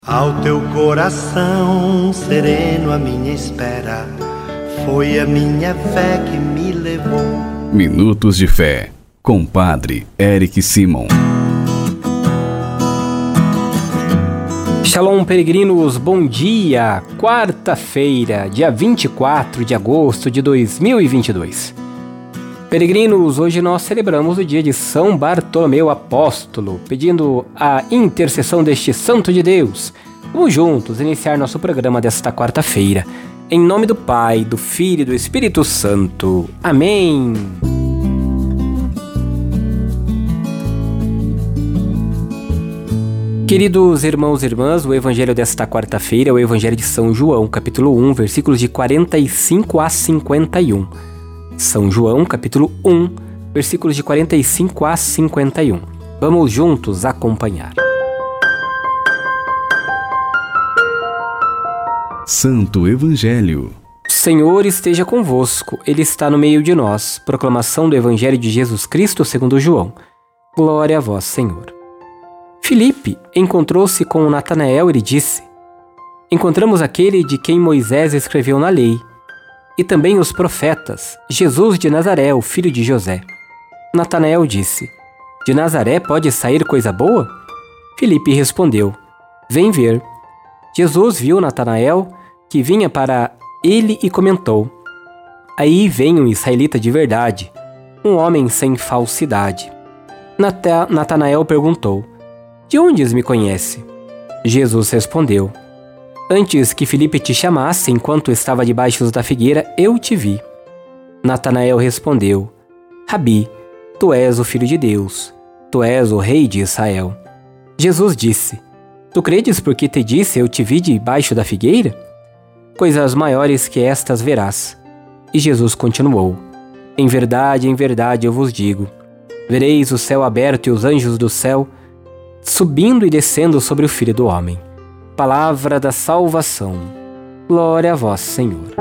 Ao teu coração sereno a minha espera, foi a minha fé que me levou. Minutos de Fé, com Padre Eric Simon. Shalom, peregrinos, bom dia! Quarta-feira, dia 24 de agosto de 2022. Peregrinos, hoje nós celebramos o dia de São Bartolomeu Apóstolo, pedindo a intercessão deste Santo de Deus. Vamos juntos iniciar nosso programa desta quarta-feira. Em nome do Pai, do Filho e do Espírito Santo. Amém! Queridos irmãos e irmãs, o evangelho desta quarta-feira é o evangelho de São João, capítulo 1, versículos de 45 a 51. São João, capítulo 1, versículos de 45 a 51. Vamos juntos acompanhar. Santo Evangelho. O Senhor esteja convosco, Ele está no meio de nós. Proclamação do Evangelho de Jesus Cristo segundo João. Glória a vós, Senhor. Filipe encontrou-se com Natanael e lhe disse: Encontramos aquele de quem Moisés escreveu na lei, e também os profetas, Jesus de Nazaré, o filho de José. Natanael disse: De Nazaré pode sair coisa boa? Filipe respondeu: Vem ver. Jesus viu Natanael, que vinha para ele, e comentou: Aí vem um israelita de verdade, um homem sem falsidade. Natanael perguntou: De onde me conhece? Jesus respondeu: Antes que Filipe te chamasse, enquanto estava debaixo da figueira, eu te vi. Natanael respondeu: Rabi, tu és o Filho de Deus, tu és o Rei de Israel. Jesus disse: Tu credes porque te disse, eu te vi debaixo da figueira? Coisas maiores que estas verás. E Jesus continuou: em verdade, eu vos digo, vereis o céu aberto e os anjos do céu subindo e descendo sobre o Filho do Homem. Palavra da salvação. Glória a vós, Senhor.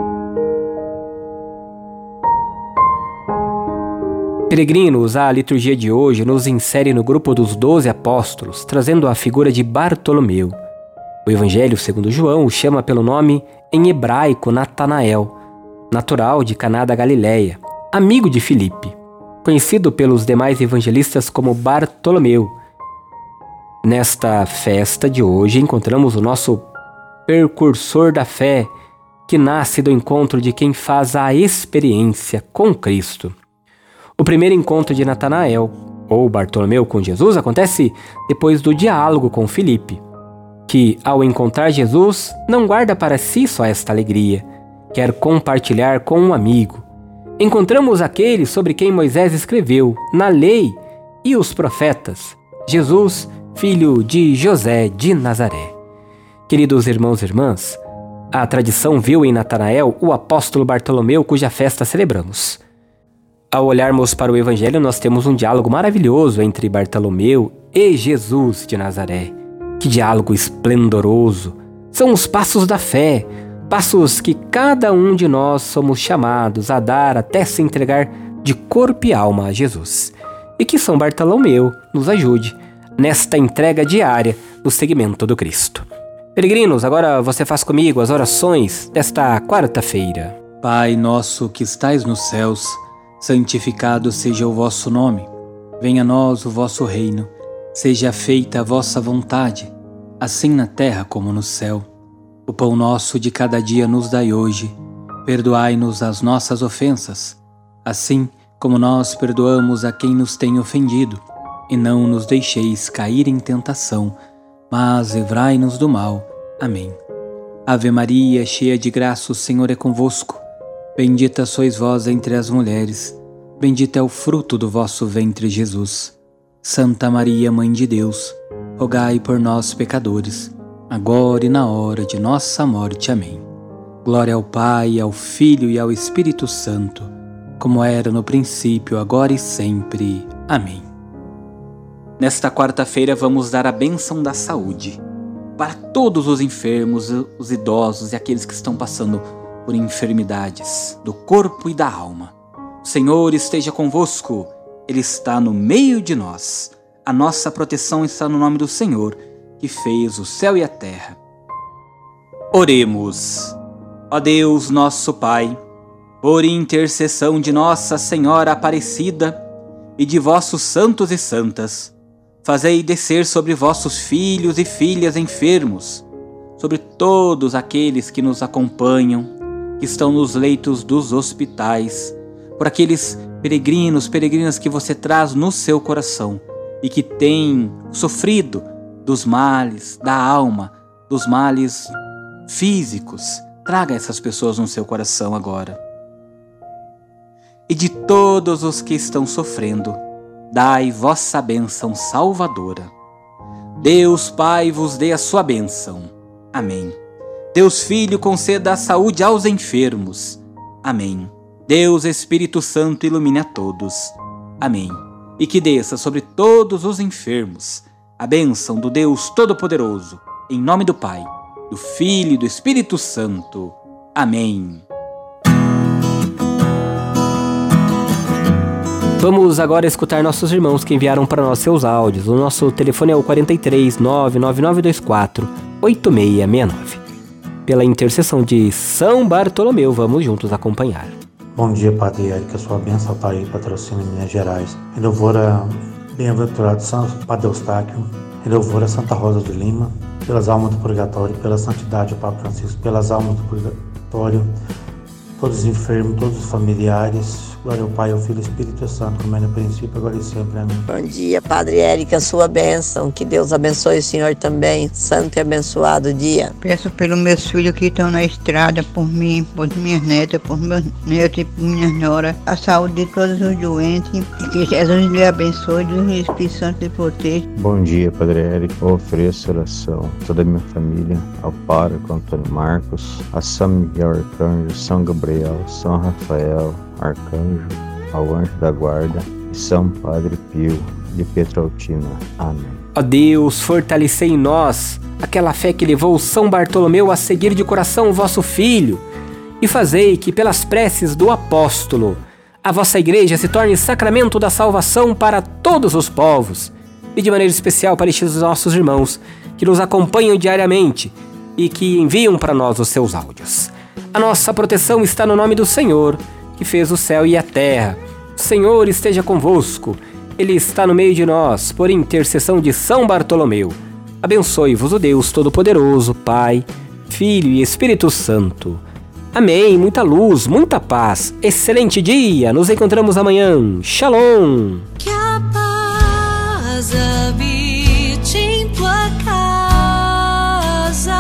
Peregrinos, a liturgia de hoje nos insere no grupo dos 12 apóstolos, trazendo a figura de Bartolomeu. O Evangelho segundo João o chama pelo nome em hebraico Natanael, natural de Caná da Galileia, amigo de Filipe, conhecido pelos demais evangelistas como Bartolomeu. Nesta festa de hoje encontramos o nosso precursor da fé, que nasce do encontro de quem faz a experiência com Cristo. O primeiro encontro de Natanael, ou Bartolomeu, com Jesus acontece depois do diálogo com Filipe, que, ao encontrar Jesus, não guarda para si só esta alegria, quer compartilhar com um amigo. Encontramos aquele sobre quem Moisés escreveu na lei e os profetas, Jesus, filho de José de Nazaré. Queridos irmãos e irmãs, a tradição viu em Natanael o apóstolo Bartolomeu, cuja festa celebramos. Ao olharmos para o Evangelho, nós temos um diálogo maravilhoso entre Bartolomeu e Jesus de Nazaré. Que diálogo esplendoroso! São os passos da fé, passos que cada um de nós somos chamados a dar até se entregar de corpo e alma a Jesus. E que São Bartolomeu nos ajude nesta entrega diária no seguimento do Cristo. Peregrinos, agora você faz comigo as orações desta quarta-feira. Pai nosso que estais nos céus, santificado seja o vosso nome. Venha a nós o vosso reino. Seja feita a vossa vontade, assim na terra como no céu. O pão nosso de cada dia nos dai hoje. Perdoai-nos as nossas ofensas, assim como nós perdoamos a quem nos tem ofendido. E não nos deixeis cair em tentação, mas livrai-nos do mal. Amém. Ave Maria, cheia de graça, o Senhor é convosco. Bendita sois vós entre as mulheres, bendito é o fruto do vosso ventre, Jesus. Santa Maria, Mãe de Deus, rogai por nós, pecadores, agora e na hora de nossa morte. Amém. Glória ao Pai, ao Filho e ao Espírito Santo, como era no princípio, agora e sempre. Amém. Nesta quarta-feira vamos dar a bênção da saúde para todos os enfermos, os idosos e aqueles que estão passando por enfermidades do corpo e da alma. O Senhor esteja convosco, Ele está no meio de nós. A nossa proteção está no nome do Senhor, que fez o céu e a terra. Oremos. Ó Deus, nosso Pai, por intercessão de Nossa Senhora Aparecida e de vossos santos e santas, fazei descer sobre vossos filhos e filhas enfermos, sobre todos aqueles que nos acompanham, que estão nos leitos dos hospitais, por aqueles peregrinas que você traz no seu coração e que têm sofrido dos males da alma, dos males físicos. Traga essas pessoas no seu coração agora. E de todos os que estão sofrendo, dai vossa bênção salvadora. Deus Pai vos dê a sua bênção. Amém. Deus Filho conceda a saúde aos enfermos. Amém. Deus Espírito Santo ilumine a todos. Amém. E que desça sobre todos os enfermos a bênção do Deus Todo-Poderoso, em nome do Pai, do Filho e do Espírito Santo. Amém. Vamos agora escutar nossos irmãos que enviaram para nós seus áudios. O nosso telefone é o 43 99924 8669. Pela intercessão de São Bartolomeu, vamos juntos acompanhar. Bom dia, Padre Érico, a sua bênção está aí, patrocínio em Minas Gerais. Em louvor a bem-aventurado São Padre Eustáquio, em louvor a Santa Rosa de Lima, pelas almas do purgatório, pela santidade do Papa Francisco, pelas almas do purgatório, todos os enfermos, todos os familiares. Glória ao Pai, ao Filho e ao Espírito Santo, como é no princípio, agora e sempre. Amém. Bom dia, Padre Érico, a sua bênção. Que Deus abençoe o senhor também. Santo e abençoado dia. Peço pelos meus filhos que estão na estrada, por mim, por minhas netas, por meus netos e por minhas noras, a saúde de todos os doentes, e que Jesus lhe abençoe, e o Espírito Santo lhe proteja. Bom dia, Padre Érico. Eu ofereço oração a toda a minha família, ao pároco Antônio Marcos, a São Miguel Arcanjo, São Gabriel, São Rafael Arcanjo, ao Anjo da Guarda e São Padre Pio de Petraltina. Amém. Ó Deus, fortalecei em nós aquela fé que levou São Bartolomeu a seguir de coração o vosso Filho, e fazei que pelas preces do apóstolo a vossa igreja se torne sacramento da salvação para todos os povos, e de maneira especial para estes nossos irmãos que nos acompanham diariamente e que enviam para nós os seus áudios. A nossa proteção está no nome do Senhor, que fez o céu e a terra. O Senhor esteja convosco, Ele está no meio de nós, por intercessão de São Bartolomeu. Abençoe-vos o Deus Todo-Poderoso, Pai, Filho e Espírito Santo. Amém. Muita luz, muita paz. Excelente dia. Nos encontramos amanhã. Shalom. Que a paz habite em tua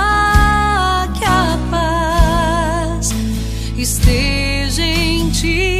casa, que a paz esteja em ti.